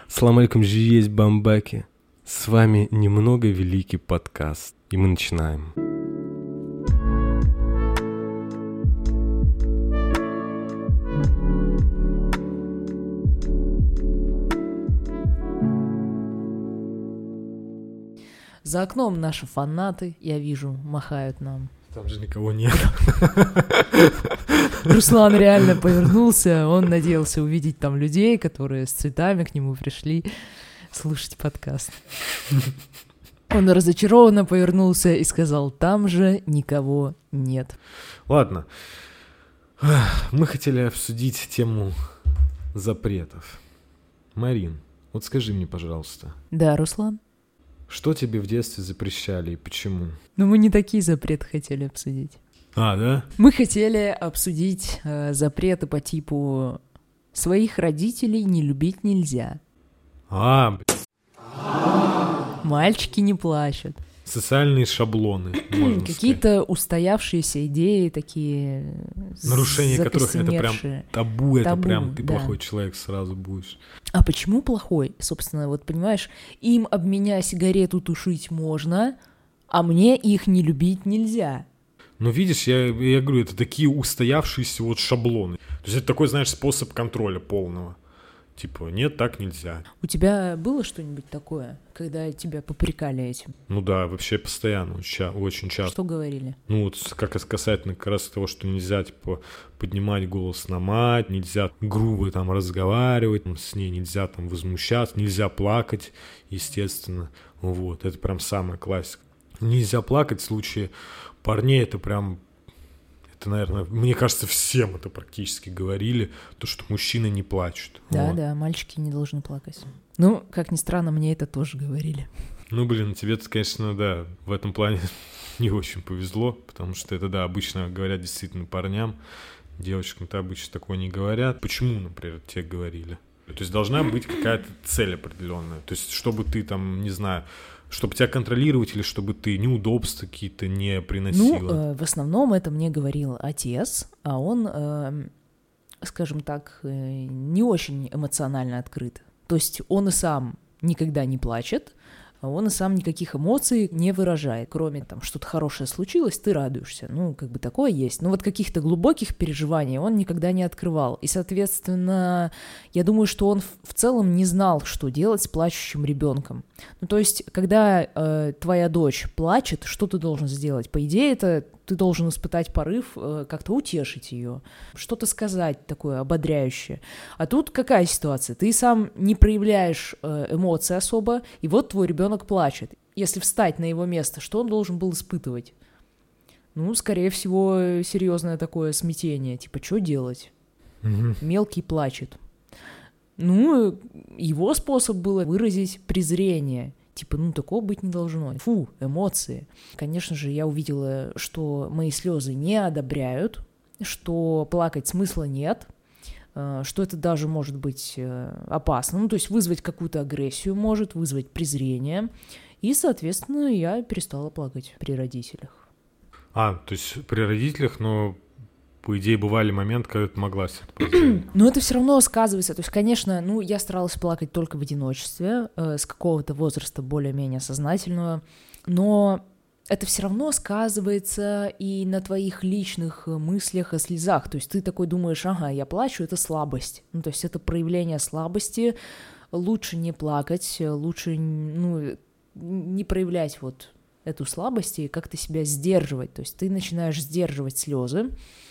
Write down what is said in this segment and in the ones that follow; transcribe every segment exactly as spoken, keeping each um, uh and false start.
Салам алейкум, есть бамбаки. С вами немного великий подкаст. И мы начинаем. За окном наши фанаты, я вижу, махают нам. Там же никого нет. Руслан реально повернулся, он надеялся увидеть там людей, которые с цветами к нему пришли слушать подкаст. Он разочарованно повернулся и сказал, там же никого нет. Ладно, мы хотели обсудить тему запретов. Марин, вот скажи мне, пожалуйста. Да, Руслан? Что тебе в детстве запрещали и почему? Ну, мы не такие запреты хотели обсудить. А, да? Мы хотели обсудить э, запреты по типу «своих родителей не любить нельзя». А, блядь. Мальчики не плачут. Социальные шаблоны, можно Какие-то сказать. устоявшиеся идеи такие. Нарушение которых это прям табу, это табу, прям ты да. плохой человек сразу будешь. А почему плохой? Собственно, вот понимаешь, им об меня сигарету тушить можно, а мне их не любить нельзя. Но видишь, я, я говорю, это такие устоявшиеся вот шаблоны. То есть это такой, знаешь, способ контроля полного. Типа, нет, так нельзя. У тебя было что-нибудь такое, когда тебя попрекали этим? Ну да, вообще постоянно, ча- очень часто. Что говорили? Ну вот как касательно как раз того, что нельзя, типа, поднимать голос на мать, нельзя грубо там разговаривать, там, с ней нельзя там возмущаться, нельзя плакать, естественно. Вот, это прям самая классика. Нельзя плакать в случае парней, это прям... Это, наверное, мне кажется, всем это практически говорили, то, что мужчины не плачут. Да, вот. да, мальчики не должны плакать. Ну, как ни странно, мне это тоже говорили. Ну, блин, тебе-то, конечно, да, в этом плане не очень повезло, потому что это, да, обычно говорят действительно парням, девочкам-то обычно такое не говорят. Почему, например, тебе говорили? То есть должна быть какая-то цель определенная. То есть чтобы ты там, не знаю... Чтобы тебя контролировать или чтобы ты неудобства какие-то не приносила? Ну, э, в основном это мне говорил отец, а он, э, скажем так, э, не очень эмоционально открыт. То есть он и сам никогда не плачет, а он и сам никаких эмоций не выражает. Кроме там, что-то хорошее случилось, ты радуешься. Ну, как бы такое есть. Но вот каких-то глубоких переживаний он никогда не открывал. И, соответственно, я думаю, что он в целом не знал, что делать с плачущим ребенком. Ну, то есть, когда э, твоя дочь плачет, что ты должен сделать? По идее, это ты должен испытать порыв, э, как-то утешить ее, что-то сказать такое ободряющее. А тут какая ситуация? Ты сам не проявляешь э, эмоций особо, и вот твой ребенок плачет. Если встать на его место, что он должен был испытывать? Ну, скорее всего, серьезное такое смятение. Типа, что делать? Угу. Мелкий плачет. Ну, его способ было выразить презрение. Типа, ну, такого быть не должно. Фу, эмоции. Конечно же, я увидела, что мои слезы не одобряют, что плакать смысла нет, что это даже может быть опасно. Ну, то есть вызвать какую-то агрессию может, вызвать презрение. И, соответственно, я перестала плакать при родителях. А, то есть при родителях, но... По идее, бывали моменты, когда ты могла себе это позволить. Но это все равно сказывается. То есть, конечно, ну, я старалась плакать только в одиночестве, э, с какого-то возраста более-менее сознательного, но это все равно сказывается и на твоих личных мыслях о слезах. То есть ты такой думаешь, ага, я плачу, это слабость. Ну, то есть это проявление слабости. Лучше не плакать, лучше, ну, не проявлять вот эту слабость и как-то себя сдерживать. То есть ты начинаешь сдерживать слезы.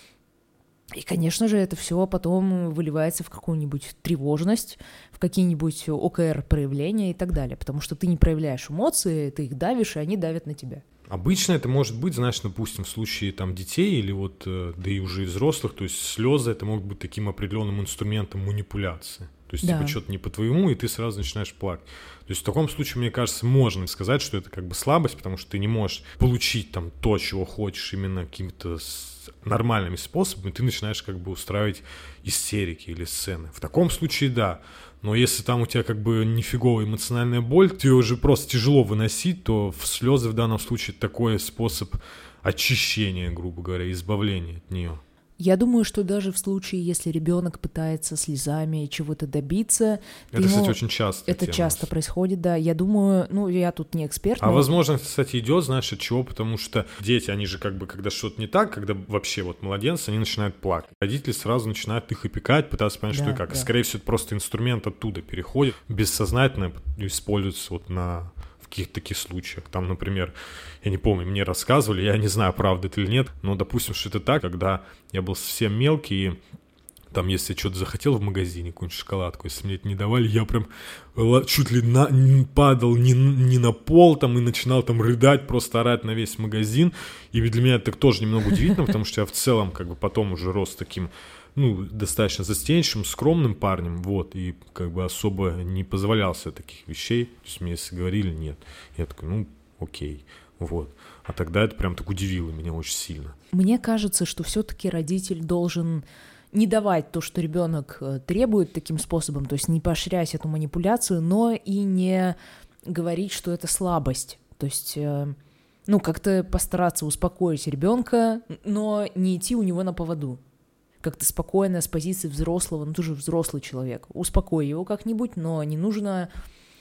И, конечно же, это все потом выливается в какую-нибудь тревожность, в какие-нибудь ОКР-проявления и так далее, потому что ты не проявляешь эмоции, ты их давишь, и они давят на тебя. Обычно это может быть, знаешь, допустим, в случае там детей или вот, да и уже и взрослых, то есть слезы это могут быть таким определенным инструментом манипуляции. То есть, да. Типа, что-то не по твоему, и ты сразу начинаешь плакать. То есть, в таком случае, мне кажется, можно сказать, что это как бы слабость, потому что ты не можешь получить там то, чего хочешь именно какими-то нормальными способами, ты начинаешь как бы устраивать истерики или сцены. В таком случае, да. Но если там у тебя как бы нифиговая эмоциональная боль, тебе уже просто тяжело выносить, то в слезы в данном случае такой способ очищения, грубо говоря, избавления от нее. Я думаю, что даже в случае, если ребенок пытается слезами чего-то добиться... Это, ему... кстати, очень часто. Это часто происходит, да. Я думаю, ну, я тут не эксперт. А но... возможно, кстати, идет, знаешь, от чего? Потому что дети, они же как бы, когда что-то не так, когда вообще вот младенцы, они начинают плакать. Родители сразу начинают их опекать, пытаться понять, да, что и как. Да. Скорее всего, это просто инструмент оттуда переходит, бессознательно используется вот на... каких-то таких случаях. Там, например, я не помню, мне рассказывали, я не знаю, правда это или нет, но, допустим, что это так, когда я был совсем мелкий, и там, если я что-то захотел в магазине, какую-нибудь шоколадку, если мне это не давали, я прям чуть ли на, падал не, не на пол там и начинал там рыдать, просто орать на весь магазин. И для меня это тоже немного удивительно, потому что я в целом как бы потом уже рос таким, ну, достаточно застенчивым, скромным парнем, вот, и как бы особо не позволял себе таких вещей, то есть мне если говорили, нет, я такой, ну, окей, вот, а тогда это прям так удивило меня очень сильно. Мне кажется, что все-таки родитель должен не давать то, что ребенок требует таким способом, то есть не поощрять эту манипуляцию, но и не говорить, что это слабость, то есть... ну, как-то постараться успокоить ребенка, но не идти у него на поводу. Как-то спокойно, с позиции взрослого, ну, ты же взрослый человек, успокой его как-нибудь, но не нужно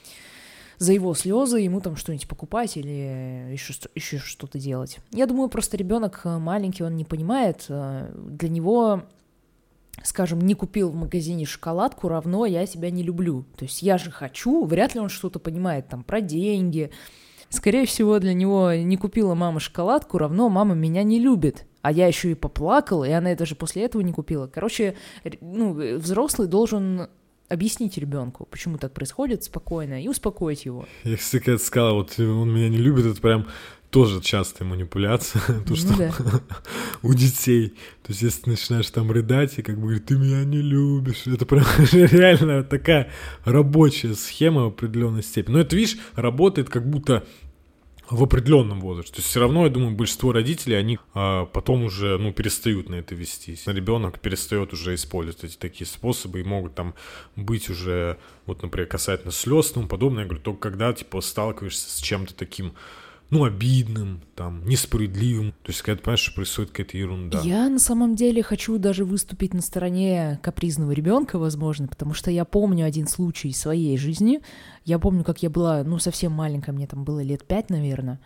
за его слезы ему там что-нибудь покупать или еще, еще что-то делать. Я думаю, просто ребенок маленький, он не понимает, для него, скажем, не купил в магазине шоколадку равно я тебя не люблю. То есть я же хочу, вряд ли он что-то понимает там про деньги. Скорее всего, для него не купила мама шоколадку равно мама меня не любит. А я еще и поплакала, и она даже после этого не купила. Короче, ну, взрослый должен объяснить ребенку, почему так происходит, спокойно, и успокоить его. Я, кстати, когда сказала, вот он меня не любит, это прям тоже частая манипуляция, то, что да. у детей. То есть, если ты начинаешь там рыдать и как бы говорить, ты меня не любишь, это прям реально такая рабочая схема в определенной степени. Но это, видишь, работает как будто в определенном возрасте. То есть все равно, я думаю, большинство родителей, они а, потом уже, ну, перестают на это вестись. Ребенок перестает уже использовать эти такие способы и могут там быть уже, вот, например, касательно слез и тому подобное. Я говорю, только когда, типа, сталкиваешься с чем-то таким, ну, обидным, там, несправедливым. То есть, когда ты понимаешь, что происходит какая-то ерунда. Я на самом деле хочу даже выступить на стороне капризного ребенка, возможно, потому что я помню один случай из своей жизни. Я помню, как я была, ну, совсем маленькая, мне там было лет пять, наверное.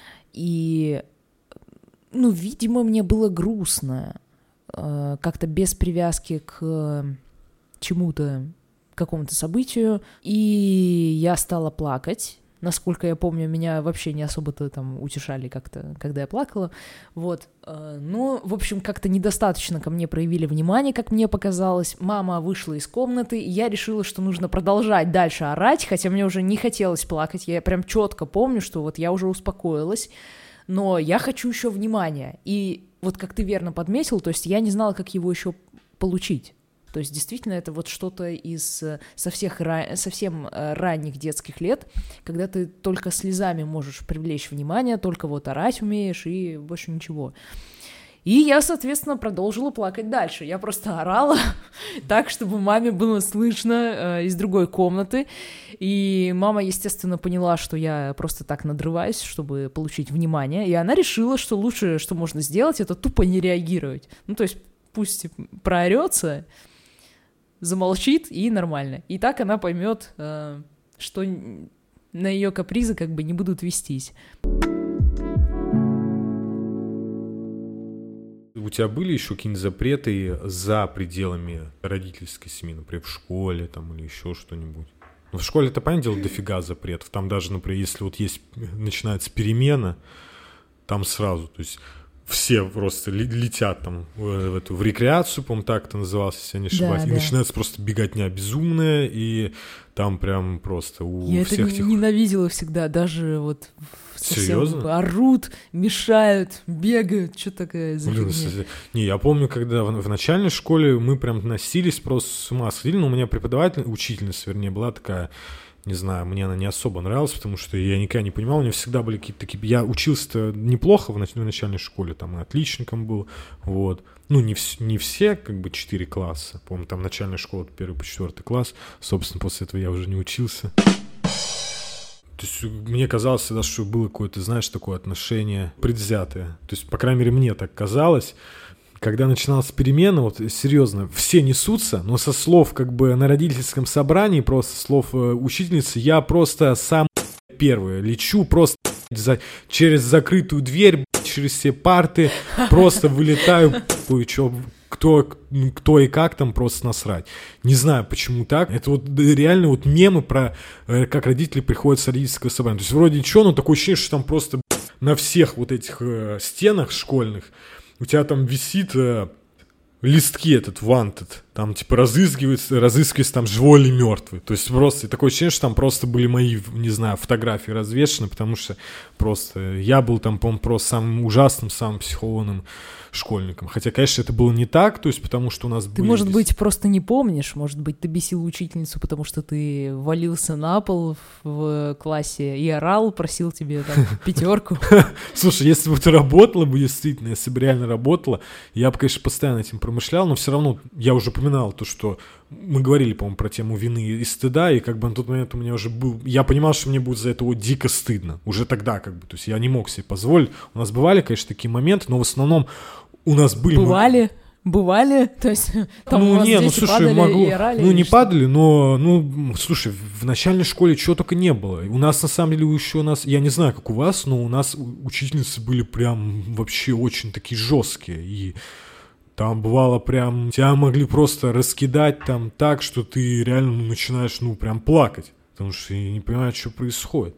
И, ну, видимо, мне было грустно, э, как-то без привязки к чему-то, к какому-то событию. И я стала плакать. Насколько я помню, меня вообще не особо-то там утешали как-то, когда я плакала, вот. Ну, в общем, как-то недостаточно ко мне проявили внимание, как мне показалось. Мама вышла из комнаты, и я решила, что нужно продолжать дальше орать, хотя мне уже не хотелось плакать. Я прям четко помню, что вот я уже успокоилась, но я хочу еще внимания. И вот как ты верно подметил, то есть я не знала, как его еще получить. То есть действительно это вот что-то из со всех, совсем ранних детских лет, когда ты только слезами можешь привлечь внимание, только вот орать умеешь и больше ничего. И я, соответственно, продолжила плакать дальше. Я просто орала так, чтобы маме было слышно э, из другой комнаты. И мама, естественно, поняла, что я просто так надрываюсь, чтобы получить внимание. И она решила, что лучшее, что можно сделать, это тупо не реагировать. Ну, то есть пусть проорется, замолчит, и нормально. И так она поймет, э, что на ее капризы как бы не будут вестись. У тебя были еще какие-нибудь запреты за пределами родительской семьи, например, в школе там, или еще что-нибудь? Ну, в школе, это, понятное дело, дофига запретов. Там даже, например, если вот есть, начинается перемена, там сразу, то есть все просто летят там в, в эту в рекреацию, по-моему, так это называлось, если я не ошибаюсь, да, и да. начинается просто беготня безумная, и там прям просто у я всех это этих... ненавидела всегда, даже вот совсем Серьезно? Орут, мешают, бегают, что такое за Блин, фигня? Не, я помню, когда в, в начальной школе мы прям носились, просто с ума сходили, но у меня преподаватель, учительница, вернее, была такая, не знаю, мне она не особо нравилась, потому что я никогда не понимал, у меня всегда были какие-то такие... Я учился-то неплохо в начальной школе, там, и отличником был, вот. Ну, не, в, не все, как бы, четыре класса. Помню, там начальная школа, первый по четвертый класс. Собственно, после этого я уже не учился. То есть мне казалось всегда, что было какое-то, знаешь, такое отношение предвзятое. То есть, по крайней мере, мне так казалось. когда начиналась перемена, вот серьезно, все несутся, но со слов как бы на родительском собрании, просто слов э, учительницы, я просто сам первый лечу, просто за, через закрытую дверь, через все парты, просто вылетаю, чё, кто, кто и как там, просто насрать. Не знаю, почему так. Это вот реально вот мемы про э, как родители приходят с родительского собрания. То есть вроде ничего, но такое ощущение, что там просто на всех вот этих э, стенах школьных у тебя там висит э, листки этот wanted, там типа разыскивается, разыскивается там живой или мертвый. То есть просто такое ощущение, что там просто были мои, не знаю, фотографии развешаны, потому что просто я был там, по-моему, просто самым ужасным, самым психованным школьником. Хотя, конечно, это было не так, то есть потому что у нас ты, были... Ты, может быть, просто не помнишь, может быть, ты бесил учительницу, потому что ты валился на пол в классе и орал, просил тебе там пятерку. Слушай, если бы это работало бы действительно, если бы реально работало, я бы, конечно, постоянно этим промышлял, но все равно я уже упоминал то, что мы говорили, по-моему, про тему вины и стыда, и как бы на тот момент у меня уже был... Я понимал, что мне будет за это вот дико стыдно. Уже тогда как бы, то есть я не мог себе позволить. У нас бывали, конечно, такие моменты, но в основном у нас были... Бывали? Бывали? То есть там ну, у вас не, дети ну, слушай, падали могу... и орали? Ну, не что? падали, но, ну, слушай, в начальной школе чего только не было. У нас, на самом деле, еще у нас... Я не знаю, как у вас, но у нас учительницы были прям вообще очень такие жесткие. И там бывало прям... Тебя могли просто раскидать там так, что ты реально начинаешь, ну, прям плакать. Потому что не понимаешь, что происходит.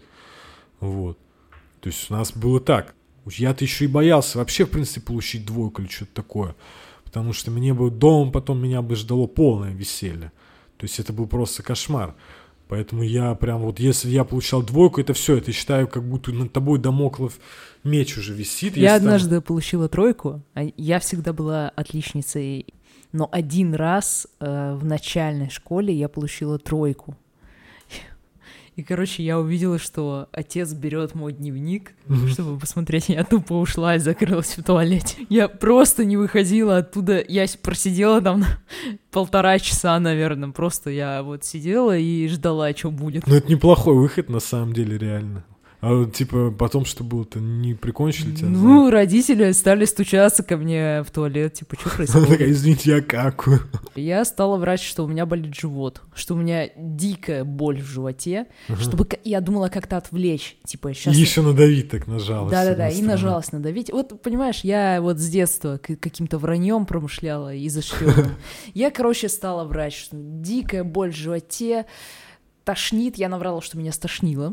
Вот. То есть у нас было так. Я-то еще и боялся вообще, в принципе, получить двойку или что-то такое. Потому что мне бы дома потом меня бы ждало полное веселье. То есть это был просто кошмар. Поэтому я прям вот, если я получал двойку, это все, это считаю, как будто над тобой дамоклов меч уже висит. Я однажды там... получила тройку, а я всегда была отличницей, но один раз э, в начальной школе я получила тройку. И, короче, я увидела, что отец берет мой дневник, mm-hmm. чтобы посмотреть. Я тупо ушла и закрылась в туалете. Я просто не выходила оттуда. Я просидела там полтора часа, наверное. Просто я вот сидела и ждала, что будет. Ну, это неплохой выход, на самом деле, реально. А вот, типа, потом что было-то, не прикончили тебя? Ну, за... родители стали стучаться ко мне в туалет, типа, что происходит? Такая, извините, я какаю. Я стала врать, что у меня болит живот, что у меня дикая боль в животе, ага. чтобы я думала как-то отвлечь, типа, сейчас... И еще надавить так нажалась. Да-да-да, и нажалась надавить. Вот, понимаешь, я вот с детства каким-то враньем промышляла, изощрённым. Я, короче, стала врать, что дикая боль в животе, тошнит, я наврала, что меня стошнило.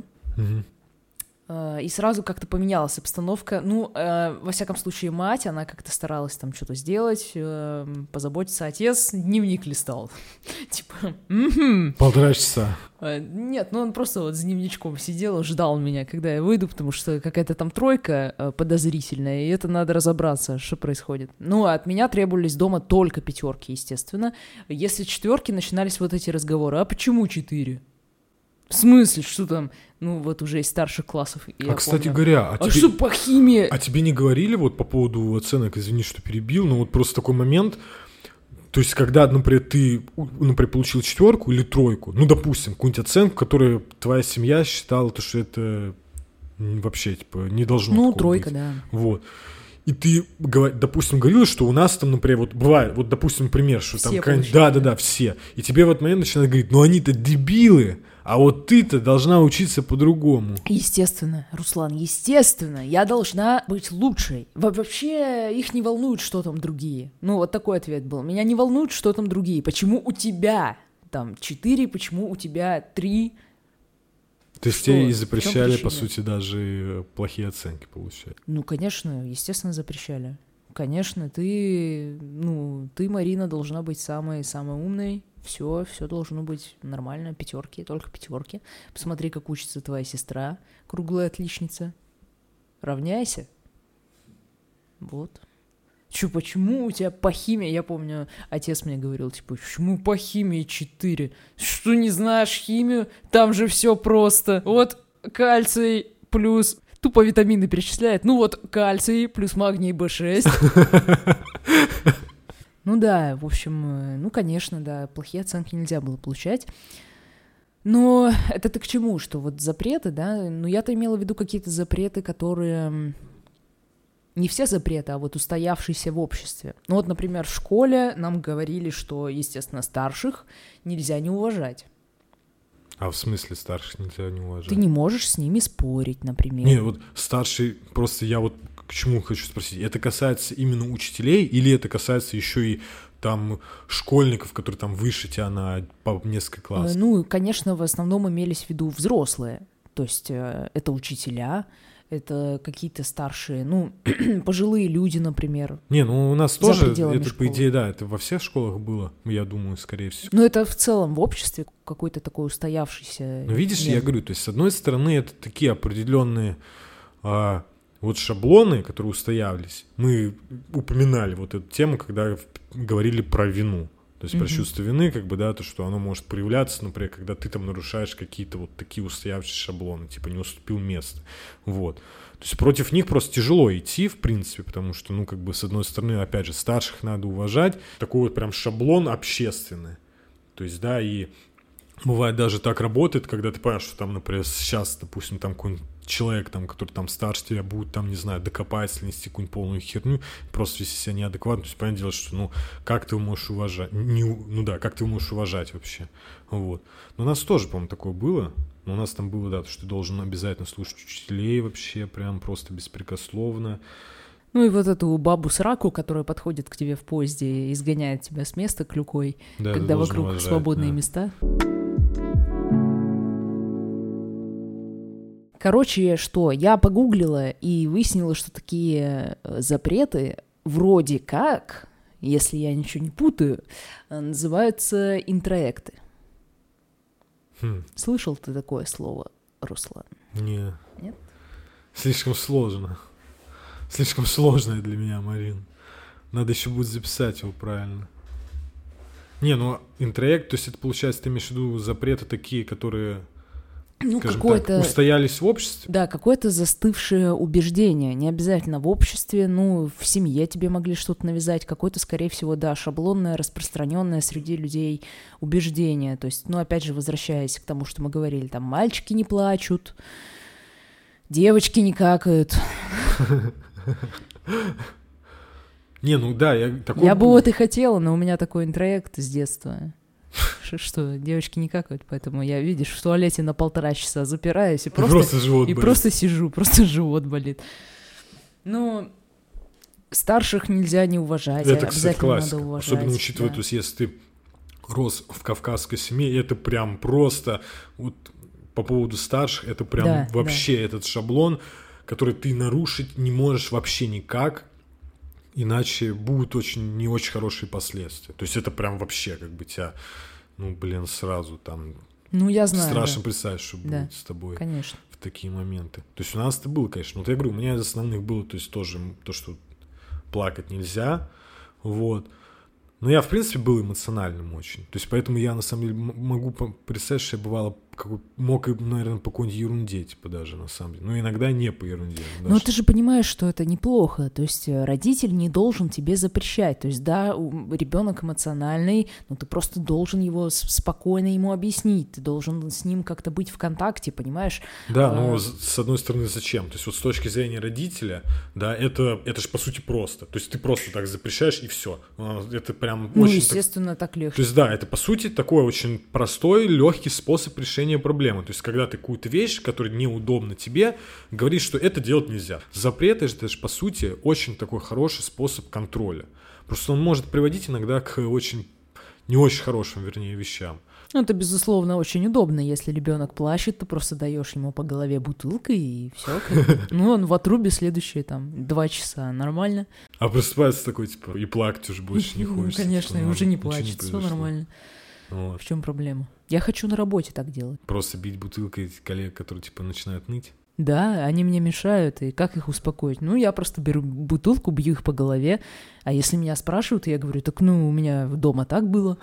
И сразу как-то поменялась обстановка. Ну, э, во всяком случае, мать, она как-то старалась там что-то сделать, э, позаботиться. Отец дневник листал. Типа, полтора часа. Нет, ну он просто вот с дневничком сидел, ждал меня, когда я выйду, потому что какая-то там тройка подозрительная, и это надо разобраться, что происходит. Ну, а от меня требовались дома только пятерки, естественно. Если четверки, начинались вот эти разговоры. А почему четыре? В смысле, что там, ну, вот уже из старших классов. А, кстати помню. говоря, а, а тебе... что по химии? А тебе не говорили вот по поводу оценок, извини, что перебил, но вот просто такой момент, то есть когда, например, ты, например, получил четверку или тройку, ну, допустим, какую-нибудь оценку, которую твоя семья считала, то, что это вообще, типа, не должно ну, такого тройка, быть. да. Вот. И ты, допустим, говорила, что у нас там, например, вот бывает, вот, допустим, пример, что все там... Да-да-да, все. И тебе в этот момент начинают говорить, ну, они-то дебилы, а вот ты-то должна учиться по-другому. Естественно, Руслан, естественно, я должна быть лучшей. Вообще их не волнует, что там другие. Ну, вот такой ответ был. Меня не волнует, что там другие. Почему у тебя там четыре, почему у тебя три? То есть тебе и запрещали, по сути, даже плохие оценки получать? Ну, конечно, естественно, запрещали. Конечно, ты, ну, ты, Марина, должна быть самой-самой умной. Все, все должно быть нормально, пятерки, только пятерки. Посмотри, как учится твоя сестра, круглая отличница. Равняйся. Вот. Чё, почему у тебя по химии, я помню, отец мне говорил, типа, почему по химии четыре? Что, не знаешь химию? Там же все просто. Вот кальций плюс... Тупо витамины перечисляет. Ну вот кальций плюс магний бэ шесть. Ну да, в общем, ну, конечно, да, плохие оценки нельзя было получать. Но это ты к чему? Что вот запреты, да? Ну, я-то имела в виду какие-то запреты, которые... не все запреты, а вот устоявшиеся в обществе. Ну вот, например, в школе нам говорили, что, естественно, старших нельзя не уважать. А в смысле старших нельзя не уважать? Ты не можешь с ними спорить, например. Не, вот старший, просто я вот к чему хочу спросить. Это касается именно учителей или это касается еще и там школьников, которые там выше тебя на по несколько классов? Ну, конечно, в основном имелись в виду взрослые. То есть э, это учителя, это какие-то старшие, ну, пожилые люди, например. Не, ну у нас тоже, это школы. По идее, да, это во всех школах было, я думаю, скорее всего. Ну, это в целом в обществе какой-то такой устоявшийся... Ну, видишь, нет. Я говорю, то есть, с одной стороны, это такие определенные а, вот шаблоны, которые устоялись. Мы упоминали вот эту тему, когда говорили про вину. То есть, mm-hmm. про чувство вины, как бы, да, то, что оно может проявляться, например, когда ты там нарушаешь какие-то вот такие устоявшиеся шаблоны, типа не уступил место, вот. То есть против них просто тяжело идти, в принципе, потому что, ну, как бы, с одной стороны, опять же, старших надо уважать, такой вот прям шаблон общественный. То есть, да, и бывает даже так работает, когда ты понимаешь, что там, например, сейчас, допустим, там какой-нибудь человек, там, который там старше тебя будет, там, не знаю, докопаться, нести какую-нибудь полную херню, просто вести себя неадекватно. То есть, понятное дело, что, ну, как ты его можешь уважать? Не, ну да, как ты его можешь уважать вообще? Вот. Но у нас тоже, по-моему, такое было. Но у нас там было, да, то, что ты должен обязательно слушать учителей вообще, прям просто беспрекословно. Ну и вот эту бабу-сраку, которая подходит к тебе в поезде и изгоняет тебя с места клюкой, да, когда вокруг уважать, свободные да. места. Короче, что, я погуглила и выяснила, что такие запреты вроде как, если я ничего не путаю, называются интроекты. Хм. Слышал ты такое слово, Руслан? Не. Нет? Слишком сложно. Слишком сложное для меня, Марин. Надо еще будет записать его правильно. Не, ну интроект, то есть это получается, ты имеешь в виду запреты такие, которые... Ну, скажем какое-то... так, устоялись в обществе? Да, какое-то застывшее убеждение. Не обязательно в обществе, ну, в семье тебе могли что-то навязать. Какое-то, скорее всего, да, шаблонное, распространенное среди людей убеждение. То есть, ну, опять же, возвращаясь к тому, что мы говорили, там, мальчики не плачут, девочки не какают. Не, ну да, я такой... Я бы вот и хотела, но у меня такой интроект с детства. Что девочки не какают, поэтому я, видишь, в туалете на полтора часа запираюсь и просто, просто, живот и болит. просто сижу, просто живот болит. Ну, старших нельзя не уважать, это, обязательно кстати, классика. надо уважать. Особенно учитывая, да. То есть если ты рос в кавказской семье, это прям просто вот по поводу старших, это прям да, вообще да. этот шаблон, который ты нарушить не можешь вообще никак, иначе будут очень не очень хорошие последствия. То есть это прям вообще как бы тебя, ну, блин, сразу там... Ну, я знаю, страшно да. представить, что да, будет с тобой конечно. В такие моменты. То есть у нас это было, конечно. Вот я говорю, у меня из основных было, то есть тоже то, что плакать нельзя, вот. Но я, в принципе, был эмоциональным очень. То есть поэтому я, на самом деле, могу представить, что я бывало, как, мог, наверное, по какой-нибудь ерунде, типа, даже, на самом деле. Но иногда не по ерунде. Но даже. Ты же понимаешь, что это неплохо. То есть родитель не должен тебе запрещать. То есть, да, ребенок эмоциональный, но ты просто должен его спокойно ему объяснить. Ты должен с ним как-то быть в контакте, понимаешь? Да, а... но с одной стороны, зачем? То есть вот с точки зрения родителя, да, это, это же, по сути, просто. То есть ты просто так запрещаешь, и все. Это прям ну, очень... естественно, так... так легче. То есть, да, это, по сути, такой очень простой, легкий способ решения проблемы. То есть, когда ты какую-то вещь, которая неудобна тебе, говоришь, что это делать нельзя. Запреты же, это же, по сути, очень такой хороший способ контроля. Просто он может приводить иногда к очень, не очень хорошим, вернее, вещам. Ну, это, безусловно, очень удобно. Если ребенок плачет, ты просто даешь ему по голове бутылкой, и все. Ну, он в отрубе следующие, там, два часа. Нормально. А просыпается такой, типа, и плакать уже больше не хочется. Ну, конечно, и уже не плачет. Все нормально. Вот. В чем проблема? Я хочу на работе так делать. Просто бить бутылкой коллег, которые, типа, начинают ныть? Да, они мне мешают, и как их успокоить? Ну, я просто беру бутылку, бью их по голове, а если меня спрашивают, я говорю, так, ну, у меня дома так было.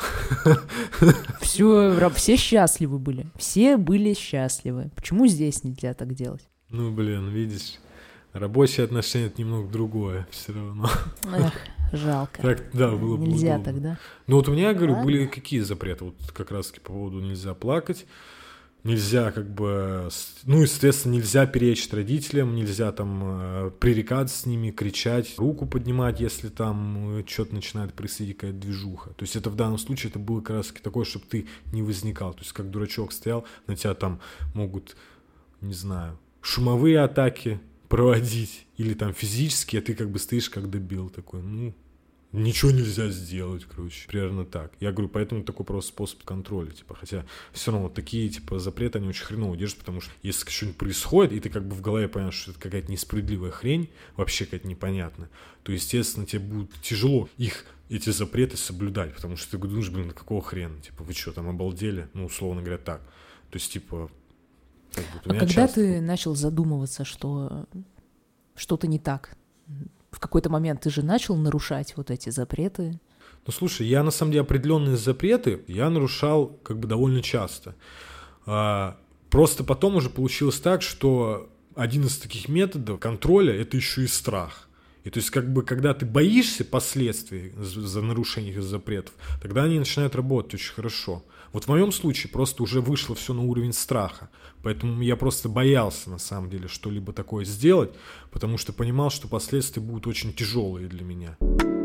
Все, все счастливы были, все были счастливы. Почему здесь нельзя так делать? Ну, блин, видишь, рабочие отношения — это немного другое все равно. Эх, жалко. Так, да, было бы нельзя удобно. Тогда. Ну, вот у меня, говорю, Ладно. Были какие запреты? Вот как раз-таки по поводу нельзя плакать. нельзя как бы, ну, естественно, нельзя перечить родителям, нельзя там пререкаться с ними, кричать, руку поднимать, если там что-то начинает происходить, какая-то движуха. То есть это в данном случае это было как раз такое, чтобы ты не возникал. То есть как дурачок стоял, на тебя там могут, не знаю, шумовые атаки проводить или там физические, а ты как бы стоишь как дебил такой, ну... Ничего нельзя сделать, короче, примерно так. Я говорю, поэтому такой просто способ контроля, типа, хотя все равно вот такие, типа, запреты, они очень хреново держат, потому что если что-нибудь происходит, и ты как бы в голове понимаешь, что это какая-то несправедливая хрень, вообще какая-то непонятная, то, естественно, тебе будет тяжело их, эти запреты соблюдать, потому что ты думаешь, блин, какого хрена, типа, вы что, там обалдели? Ну, условно говоря, так. То есть, типа... Как бы, а когда часто... ты начал задумываться, что что-то не так? В какой-то момент ты же начал нарушать вот эти запреты? Ну, слушай, я на самом деле определенные запреты я нарушал как бы довольно часто. А, просто потом уже получилось так, что один из таких методов контроля – это еще и страх. И то есть как бы когда ты боишься последствий за нарушение этих запретов, тогда они начинают работать очень хорошо. Вот в моем случае просто уже вышло все на уровень страха. Поэтому я просто боялся, на самом деле, что-либо такое сделать, потому что понимал, что последствия будут очень тяжелые для меня.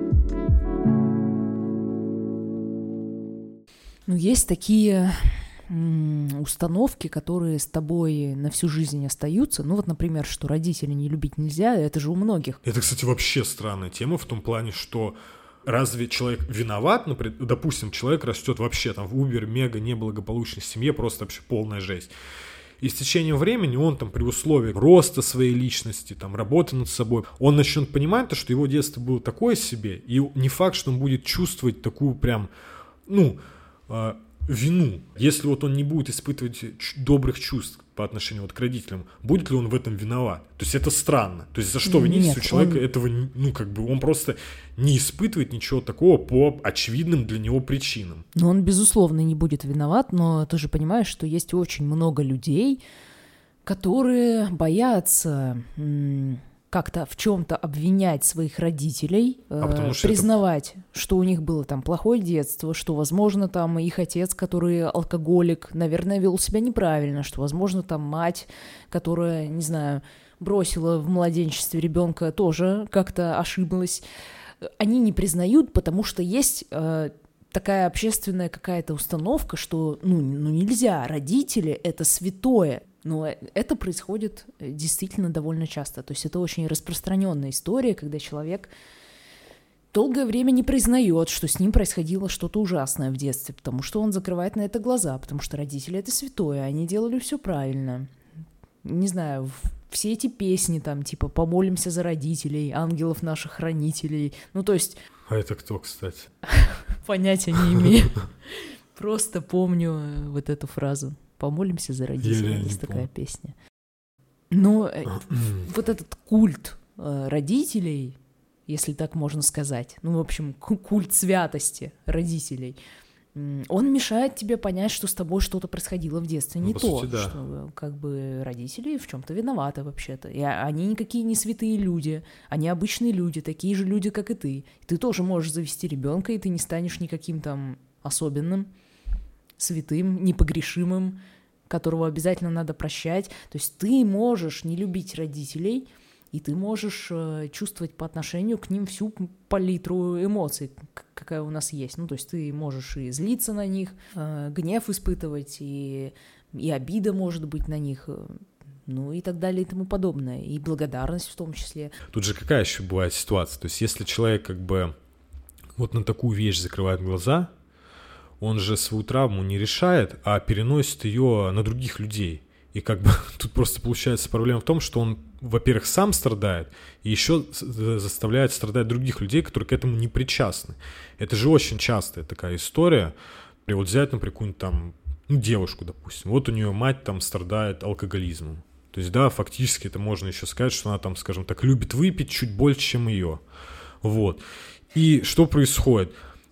Ну, есть такие м- установки, которые с тобой на всю жизнь остаются. Ну, вот, например, что родителей не любить нельзя, это же у многих. Это, кстати, вообще странная тема в том плане, что... Разве человек виноват? Например, допустим, человек растет вообще там в убер-мега неблагополучной семье, просто вообще полная жесть. И с течением времени он там при условии роста своей личности, там, работы над собой, он начнет понимать, то, что его детство было такое себе, и не факт, что он будет чувствовать такую прям, ну, э, вину. Если вот он не будет испытывать добрых чувств по отношению вот к родителям, будет ли он в этом виноват? То есть это странно. То есть за что винить, если у человека он... этого, ну, как бы, он просто не испытывает ничего такого по очевидным для него причинам. Ну, он, безусловно, не будет виноват, но ты же понимаешь, что есть очень много людей, которые боятся м- как-то в чем-то обвинять своих родителей, а э, признавать, это... что у них было там плохое детство, что, возможно, там их отец, который алкоголик, наверное, вел себя неправильно, что, возможно, там мать, которая, не знаю, бросила в младенчестве ребенка, тоже как-то ошиблась. Они не признают, потому что есть э, такая общественная какая-то установка, что ну, ну нельзя, родители — это святое. Но это происходит действительно довольно часто. То есть это очень распространенная история, когда человек долгое время не признает, что с ним происходило что-то ужасное в детстве, потому что он закрывает на это глаза, потому что родители — это святое, они делали все правильно. Не знаю, все эти песни там, типа «Помолимся за родителей», «Ангелов наших хранителей», ну то есть... А это кто, кстати? Понятия не имею. Просто помню вот эту фразу. «Помолимся за родителей», есть такая помню. Песня. Но вот этот культ родителей, если так можно сказать, ну, в общем, культ святости родителей, он мешает тебе понять, что с тобой что-то происходило в детстве не ну, то, сути, да. Что как бы родители в чем-то виноваты вообще-то. И они никакие не святые люди, они обычные люди, такие же люди, как и ты. Ты тоже можешь завести ребенка, и ты не станешь никаким там особенным, святым, непогрешимым, которого обязательно надо прощать. То есть ты можешь не любить родителей, и ты можешь э, чувствовать по отношению к ним всю палитру эмоций, какая у нас есть. Ну, то есть ты можешь и злиться на них, э, гнев испытывать, и, и обида может быть на них, э, ну и так далее и тому подобное, и благодарность в том числе. Тут же какая еще бывает ситуация? То есть если человек как бы вот на такую вещь закрывает глаза, он же свою травму не решает, а переносит ее на других людей. И как бы тут просто получается проблема в том, что он, во-первых, сам страдает, и еще заставляет страдать других людей, которые к этому не причастны. Это же очень частая такая история. И вот взять, например, какую-нибудь там, ну, девушку, допустим. Вот у нее мать там страдает алкоголизмом. То есть, да, фактически это можно еще сказать, что она там, скажем так, любит выпить чуть больше, чем ее. Вот. И что происходит?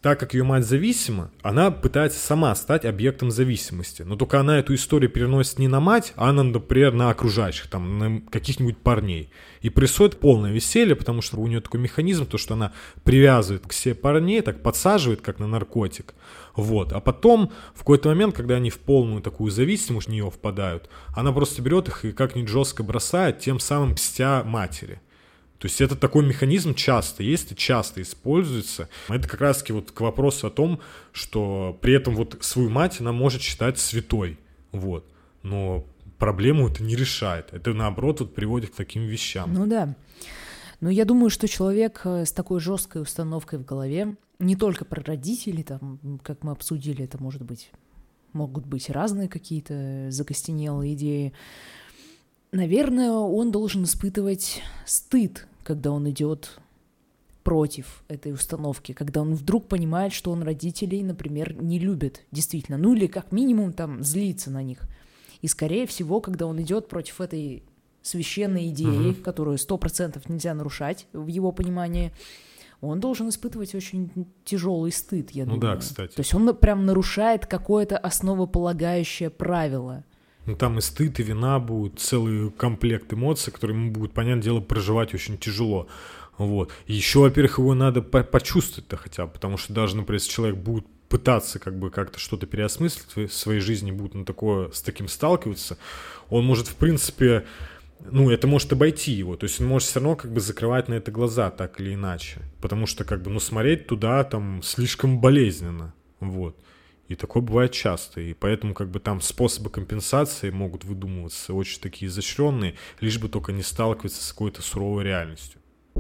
так как ее мать зависима, она пытается сама стать объектом зависимости. Но только она эту историю переносит не на мать, а, на, например, на окружающих, там, на каких-нибудь парней. И происходит полное веселье, потому что у нее такой механизм, то, что она привязывает к себе парней, так подсаживает, как на наркотик. Вот. А потом, в какой-то момент, когда они в полную такую зависимость в нее впадают, она просто берет их и как-нибудь жестко бросает, тем самым мстя матери. То есть это такой механизм часто есть и часто используется. Это как раз-таки вот к вопросу о том, что при этом вот свою мать она может считать святой. Вот. Но проблему это не решает. Это, наоборот, вот приводит к таким вещам. Ну да. Но я думаю, что человек с такой жесткой установкой в голове, не только про родителей, там, как мы обсудили, это может быть, могут быть разные какие-то закостенелые идеи. Наверное, он должен испытывать стыд, когда он идет против этой установки, когда он вдруг понимает, что он родителей, например, не любит действительно, ну или как минимум там злится на них. И скорее всего, когда он идет против этой священной идеи, угу. которую сто процентов нельзя нарушать в его понимании, он должен испытывать очень тяжелый стыд, я ну думаю. Да, кстати. То есть он прям нарушает какое-то основополагающее правило. Ну, там и стыд, и вина будут, целый комплект эмоций, которые ему будут, понятное дело, проживать очень тяжело. Вот. И еще, во-первых, его надо по- почувствовать-то хотя бы, потому что даже, например, если человек будет пытаться как бы как-то что-то переосмыслить в своей жизни, будет на такое, с таким сталкиваться, он может, в принципе, ну, это может обойти его, то есть он может все равно как бы закрывать на это глаза так или иначе, потому что как бы, ну, смотреть туда там слишком болезненно, вот. И такое бывает часто, и поэтому как бы там способы компенсации могут выдумываться очень такие изощренные, лишь бы только не сталкиваться с какой-то суровой реальностью.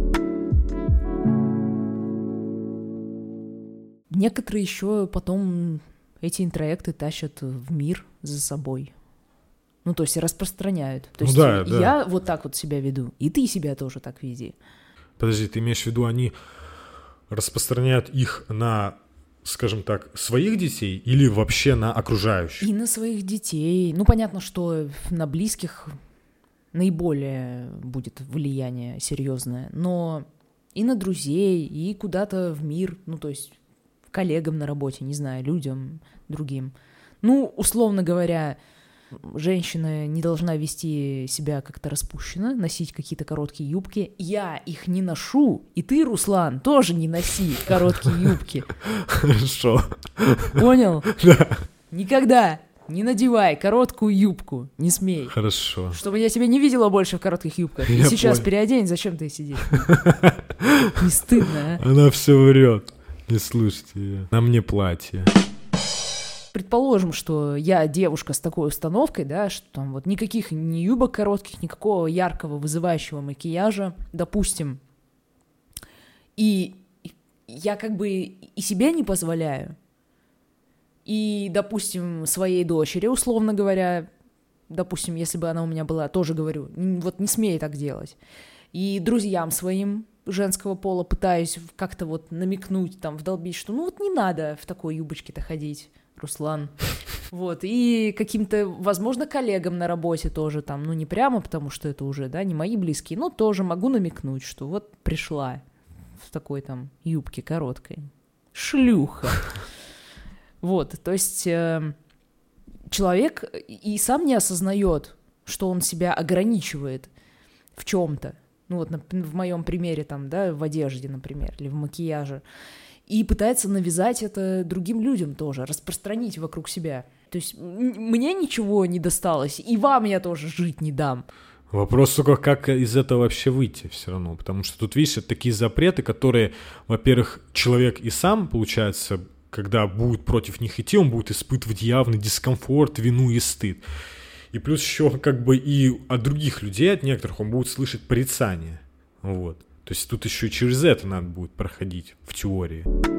Некоторые еще потом эти интроекты тащат в мир за собой. Ну, то есть распространяют. То ну, есть да, я да. вот так вот себя веду, и ты себя тоже так веди. Подожди, ты имеешь в виду, они распространяют их на, скажем так, своих детей или вообще на окружающих? И на своих детей. Ну, понятно, что на близких наиболее будет влияние серьезное, но и на друзей, и куда-то в мир, ну, то есть коллегам на работе, не знаю, людям другим. Ну, условно говоря, женщина не должна вести себя как-то распущенно, носить какие-то короткие юбки. Я их не ношу, и ты, Руслан, тоже не носи короткие юбки. Хорошо. Понял? Да. Никогда не надевай короткую юбку, не смей. Хорошо. Чтобы я тебя не видела больше в коротких юбках. И Я сейчас понял. переодень, зачем ты сидишь? Не стыдно, а? Она все врет. Не слушайте ее. На мне платье. Предположим, что я девушка с такой установкой, да, что там вот никаких ни юбок коротких, никакого яркого вызывающего макияжа, допустим. И я как бы и себе не позволяю, и, допустим, своей дочери, условно говоря, допустим, если бы она у меня была, тоже говорю, вот не смей так делать. И друзьям своим женского пола пытаюсь как-то вот намекнуть, там, вдолбить, что ну вот не надо в такой юбочке-то ходить, Руслан. Вот, и каким-то, возможно, коллегам на работе тоже там, ну не прямо, потому что это уже, да, не мои близкие, но тоже могу намекнуть, что вот пришла в такой там юбке короткой. Шлюха. Вот, то есть э, человек и сам не осознает, что он себя ограничивает в чем-то. Ну вот на, в моем примере там, да, в одежде, например, или в макияже. И пытается навязать это другим людям тоже, распространить вокруг себя. То есть мне ничего не досталось, и вам я тоже жить не дам. Вопрос только, как из этого вообще выйти все равно, потому что тут, видишь, это такие запреты, которые, во-первых, человек и сам, получается, когда будет против них идти, он будет испытывать явный дискомфорт, вину и стыд. И плюс еще как бы и от других людей, от некоторых, он будет слышать порицание. Вот. То есть тут еще и через это надо будет проходить в теории.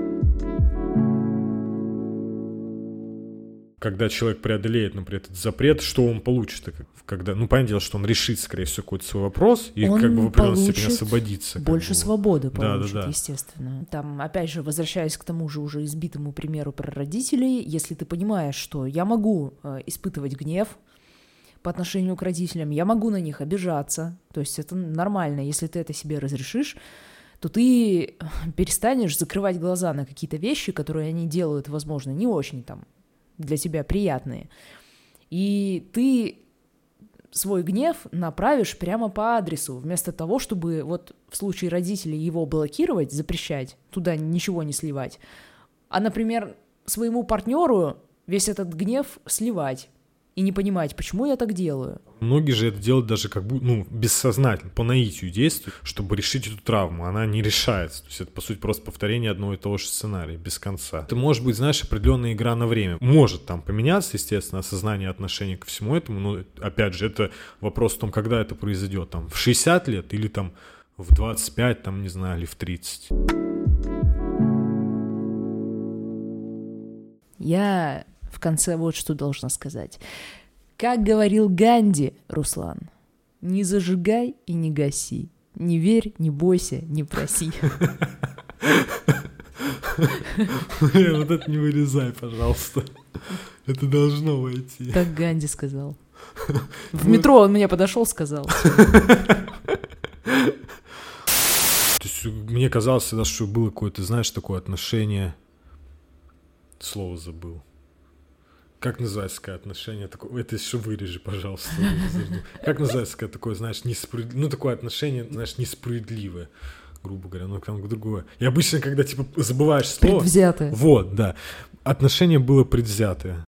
Когда человек преодолеет, например, этот запрет, что он получит? Когда, ну, понятное дело, что он решит, скорее всего, какой-то свой вопрос и он как бы в определенной степени освободиться. Больше как бы. свободы получит, да, да, да. естественно. Там, опять же, возвращаясь к тому же уже избитому примеру про родителей, если ты понимаешь, что я могу э, испытывать гнев по отношению к родителям, я могу на них обижаться, то есть это нормально, если ты это себе разрешишь, то то ты перестанешь закрывать глаза на какие-то вещи, которые они делают, возможно, не очень там для тебя приятные. И ты свой гнев направишь прямо по адресу, вместо того, чтобы вот в случае родителей его блокировать, запрещать, туда ничего не сливать, а, например, своему партнеру весь этот гнев сливать и не понимать, почему я так делаю. Многие же это делают даже как бы, ну, бессознательно, по наитию действуют, чтобы решить эту травму. Она не решается. То есть это, по сути, просто повторение одного и того же сценария, без конца. Это может быть, знаешь, определенная игра на время. Может там поменяться, естественно, осознание отношения ко всему этому, но, опять же, это вопрос в том, когда это произойдет. Там, в шестьдесят лет или там в двадцать пять, там, не знаю, или в тридцать. Я в конце вот что должна сказать. Как говорил Ганди, Руслан, не зажигай и не гаси, не верь, не бойся, не проси. Вот это не вырезай, пожалуйста. Это должно войти. Так Ганди сказал. В метро он мне подошел, сказал. То есть мне казалось всегда, что было какое-то, знаешь, такое отношение... Слово забыл. Как называется такое отношение? Такое... Это еще вырежи, пожалуйста. Как называется такое, знаешь, несправедливое? Ну, такое отношение, знаешь, несправедливое, грубо говоря, ну, там другое. И обычно, когда, типа, забываешь слово... Предвзятое. Вот, да. Отношение было предвзятое.